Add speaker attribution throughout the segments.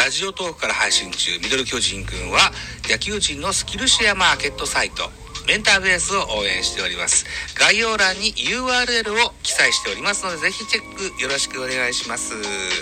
Speaker 1: ラジオトークから配信中。ミドル巨人くんは野球人のスキルシェアマーケットサイトメンターベースを応援しております。概要欄に URL を記載しておりますので、ぜひチェックよろしくお願いします。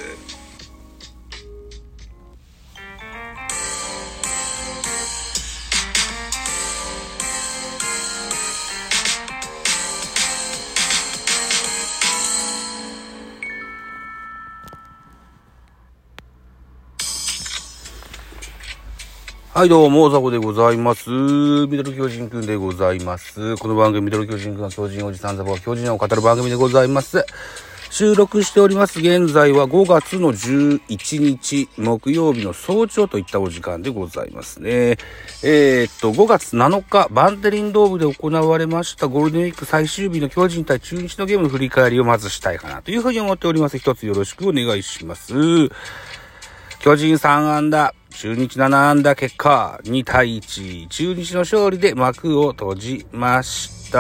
Speaker 2: はいどうも、ザボでございます。ミドル巨人くんでございます。この番組、ミドル巨人くんは巨人おじさんザボが巨人を語る番組でございます。収録しております。現在は5月の11日、木曜日の早朝といったお時間でございますね。5月7日、バンテリンドームで行われましたゴールデンウィーク最終日の巨人対中日のゲームの振り返りをまずしたいかなというふうに思っております。一つよろしくお願いします。巨人3安打。中日7安打結果2対1、中日の勝利で幕を閉じました。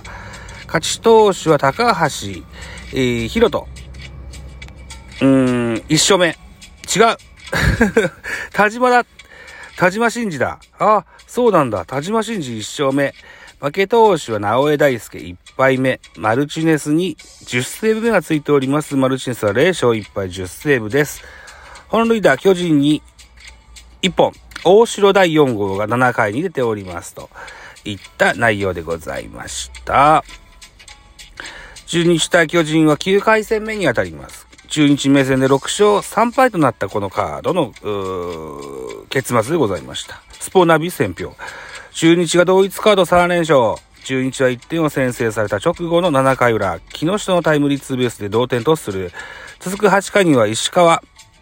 Speaker 2: 勝ち投手は高橋、宏斗。1勝目。違う。田島真司だ。あ、そうなんだ。田島真司1勝目。負け投手は直江大輔1敗目。マルチネスに10セーブ目がついております。マルチネスは0勝1敗10セーブです。本塁打巨人に1本、大城第4号が7回に出ておりますといった内容でございました。中日対巨人は9回戦目に当たります。中日目線で6勝3敗となったこのカードの結末でございました。スポナビ選評。中日が同一カード3連勝。中日は1点を先制された直後の7回裏、木下のタイムリーツーベースで同点とする。続く8回には石川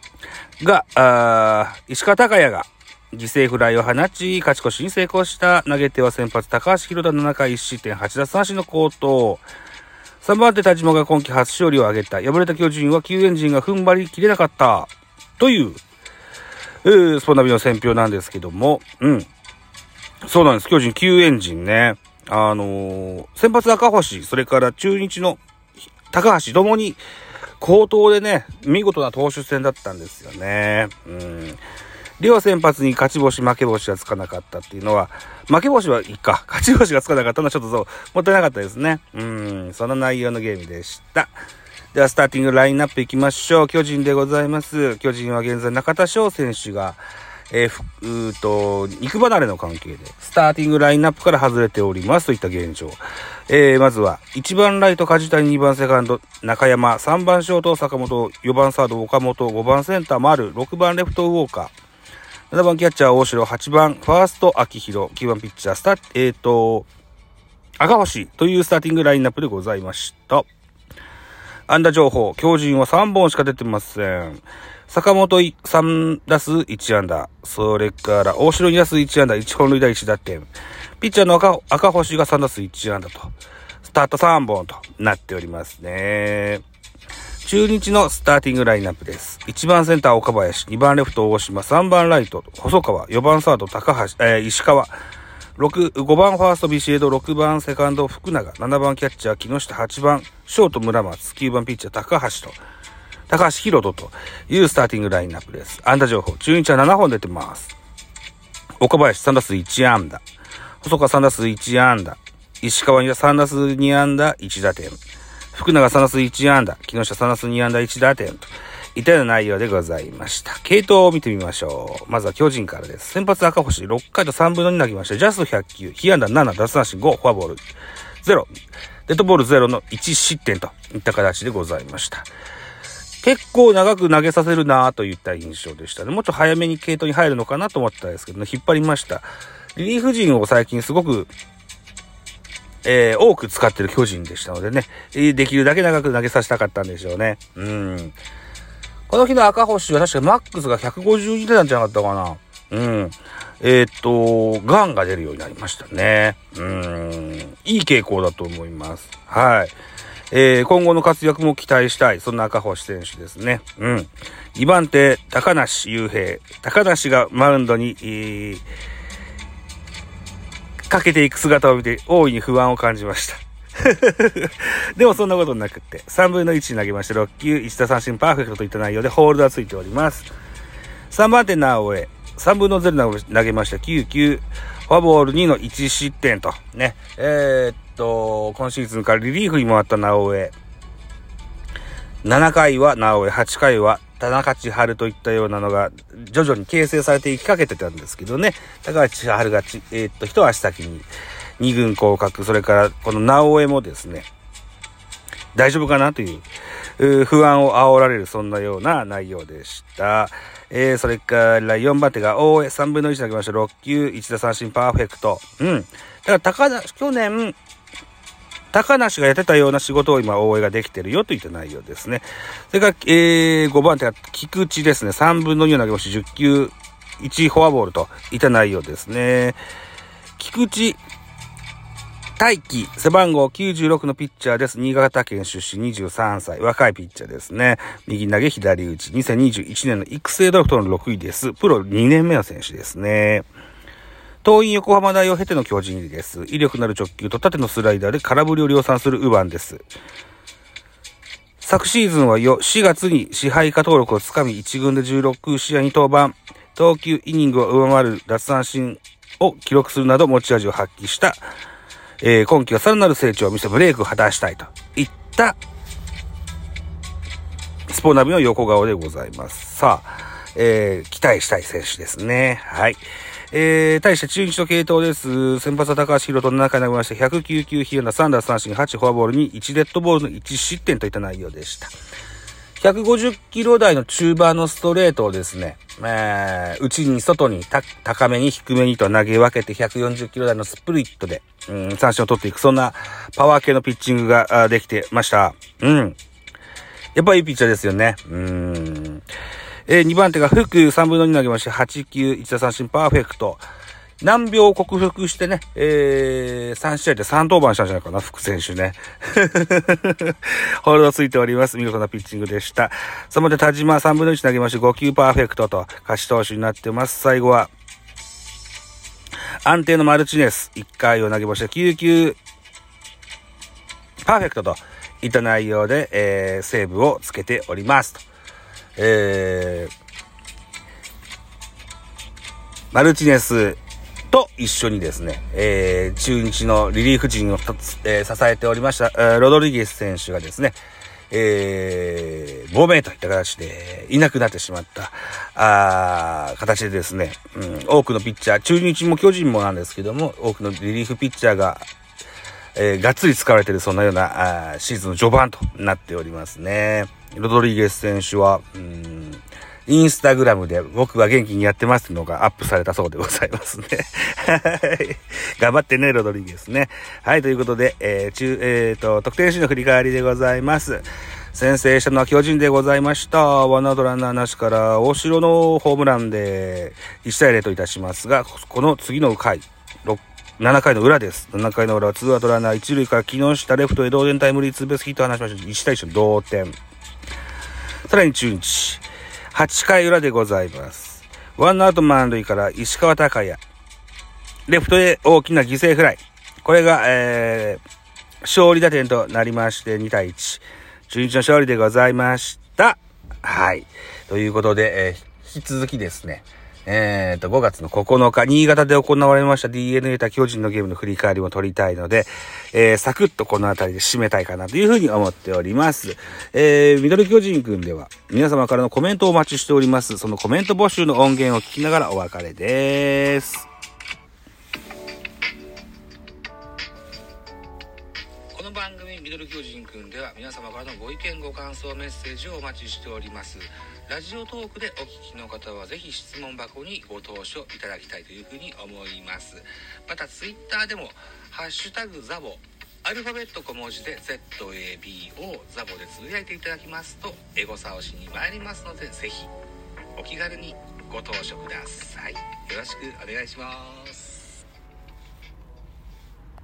Speaker 2: 昂弥が犠牲フライを放ち、勝ち越しに成功した。投げては先発高橋宏斗7回1失点8奪三振の好投。3番手田島が今季初勝利を挙げた。敗れた巨人は救援陣が踏ん張りきれなかった。という、スポナビの選評なんですけども、そうなんです。巨人救援陣ね。先発赤星、それから中日の高橋ともに、好投でね、見事な投手戦だったんですよね。両先発に勝ち星負け星がつかなかったっていうのは、負け星はいいか、勝ち星がつかなかったのはちょっともったいなかったですね。その内容のゲームでした。ではスターティングラインナップいきましょう。巨人でございます。巨人は現在中田翔選手が肉離れの関係でスターティングラインナップから外れておりますといった現状。まずは1番ライト梶谷、2番セカンド中山、3番ショート坂本、4番サード岡本、5番センター丸、6番レフトウォーカー、7番キャッチャー大城、8番ファースト秋広、9番ピッチャー赤星というスターティングラインナップでございました。安打情報、巨人は3本しか出てません。坂本3打数1安打。それから大城2打数1安打、1本塁打1打点。ピッチャーの赤星が3打数1安打と。スタート3本となっておりますね。中日のスターティングラインナップです。1番センター岡林、2番レフト大島、3番ライト細川、4番サード石川、5番ファーストビシエド、6番セカンド福永、7番キャッチャー木下、8番ショート村松、9番ピッチャー高橋宏斗というスターティングラインナップです。安打情報、中日は7本出てます。岡林3打数1安打、細川3打数1安打、石川には3打数2安打1打点、福永3打数1安打、木下3打数2安打1打点といったような内容でございました。系統を見てみましょう。まずは巨人からです。先発赤星6回と3分の2投げました。ジャスト100球、被安打7、奪三振5、フォアボール0、デッドボール0の1失点といった形でございました。結構長く投げさせるなぁといった印象でしたね。もうちょっと早めに系統に入るのかなと思ったんですけどね、引っ張りました。リリーフ陣を最近すごく、多く使ってる巨人でしたのでね、できるだけ長く投げさせたかったんでしょうね。この日の赤星は確かマックスが152出たんじゃなかったかな。ガンが出るようになりましたね。いい傾向だと思います。はい。今後の活躍も期待したい。そんな赤星選手ですね。2番手、高梨雄平。高梨がマウンドに、かけていく姿を見て大いに不安を感じました。でもそんなことなくって3分の1投げまして6球1打三振パーフェクトといった内容でホールドはついております。 3番手直江、3分の0投げました。9球、フォアボール2の1失点と。ね。今シーズンからリリーフに回った直江。7回は直江、8回は田中千春といったようなのが徐々に形成されていきかけてたんですけどね。高橋千春が一足先に2軍降格、それからこの直江もですね、大丈夫かなという不安を煽られる、そんなような内容でした。それから4番手が大江、3分の1投げました。6球、1打三振パーフェクト。だから去年、高梨がやってたような仕事を今大江ができてるよといった内容ですね。それから、5番手が菊池ですね。3分の2を投げまして10球、1フォアボールといった内容ですね。菊池大輝、背番号96のピッチャーです。新潟県出身23歳。若いピッチャーですね。右投げ左打ち。2021年の育成ドラフトの6位です。プロ2年目の選手ですね。桐蔭横浜大を経ての巨人入りです。威力のある直球と縦のスライダーで空振りを量産する右腕です。昨シーズンは4月に支配下登録をつかみ1軍で16試合に登板。投球イニングを上回る奪三振を記録するなど持ち味を発揮した。今季はさらなる成長を見せブレイクを果たしたいといったスポナビの横顔でございます。さあ、期待したい選手ですね。はい。対して中日の系統です。先発は高橋宏斗7回投げまして109球被安打3打三振8フォアボールに1デッドボールの1失点といった内容でした。150キロ台の中盤のストレートをですね、内に外に高めに低めにと投げ分けて140キロ台のスプリットで、三振を取っていく、そんなパワー系のピッチングができてました。やっぱりいいピッチャーですよね。2番手が福3分の2投げまして8球1打三振パーフェクト。難病を克服してね、3試合で3登板したんじゃないかな、福選手ね。ホールドついております。見事なピッチングでした。そので田島3分の1投げまして5球パーフェクトと勝ち投手になってます。最後は、安定のマルチネス1回を投げまして9球パーフェクトといった内容で、セーブをつけておりますと。マルチネスと一緒にですね、中日のリリーフ陣を支えておりました、ロドリゲス選手がですね、亡命といった形でいなくなってしまった形でですね、多くのピッチャー、中日も巨人もなんですけども、多くのリリーフピッチャーが、がっつり使われている、そんなようなシーズンの序盤となっておりますね。ロドリゲス選手はインスタグラムで僕は元気にやってますのがアップされたそうでございますね。頑張ってね、ロドリゲスね。はい、ということで、得点シーンの振り返りでございます。先制したのは巨人でございました。ワンアウトランナーなしから大城のホームランで1対0といたしますが、この次の回、7回の裏です。7回の裏は2アウトランナー1塁から木下レフトへ同点タイムリーツーベースヒットを放しました。1対1の同点。さらに中日。8回裏でございます。ワンアウト満塁から石川昂弥。レフトへ大きな犠牲フライ。これが、勝利打点となりまして2対1。中日の勝利でございました。はい。ということで、引き続きですね、5月の9日、新潟で行われました DNA 対巨人のゲームの振り返りも取りたいので、サクッとこのあたりで締めたいかなというふうに思っております。ミドル巨人くんでは皆様からのコメントをお待ちしております。そのコメント募集の音源を聞きながらお別れです。
Speaker 1: この番組ミドル巨人くんでは皆様からのご意見ご感想メッセージをお待ちしております。ラジオトークでお聞きの方はぜひ質問箱にご投書いただきたいというふうに思います。またツイッターでもハッシュタグザボ、アルファベット小文字で ZABO ザボでつぶやいていただきますとエゴサをしに参りますので、ぜひお気軽にご投書ください。よろしくお願いします。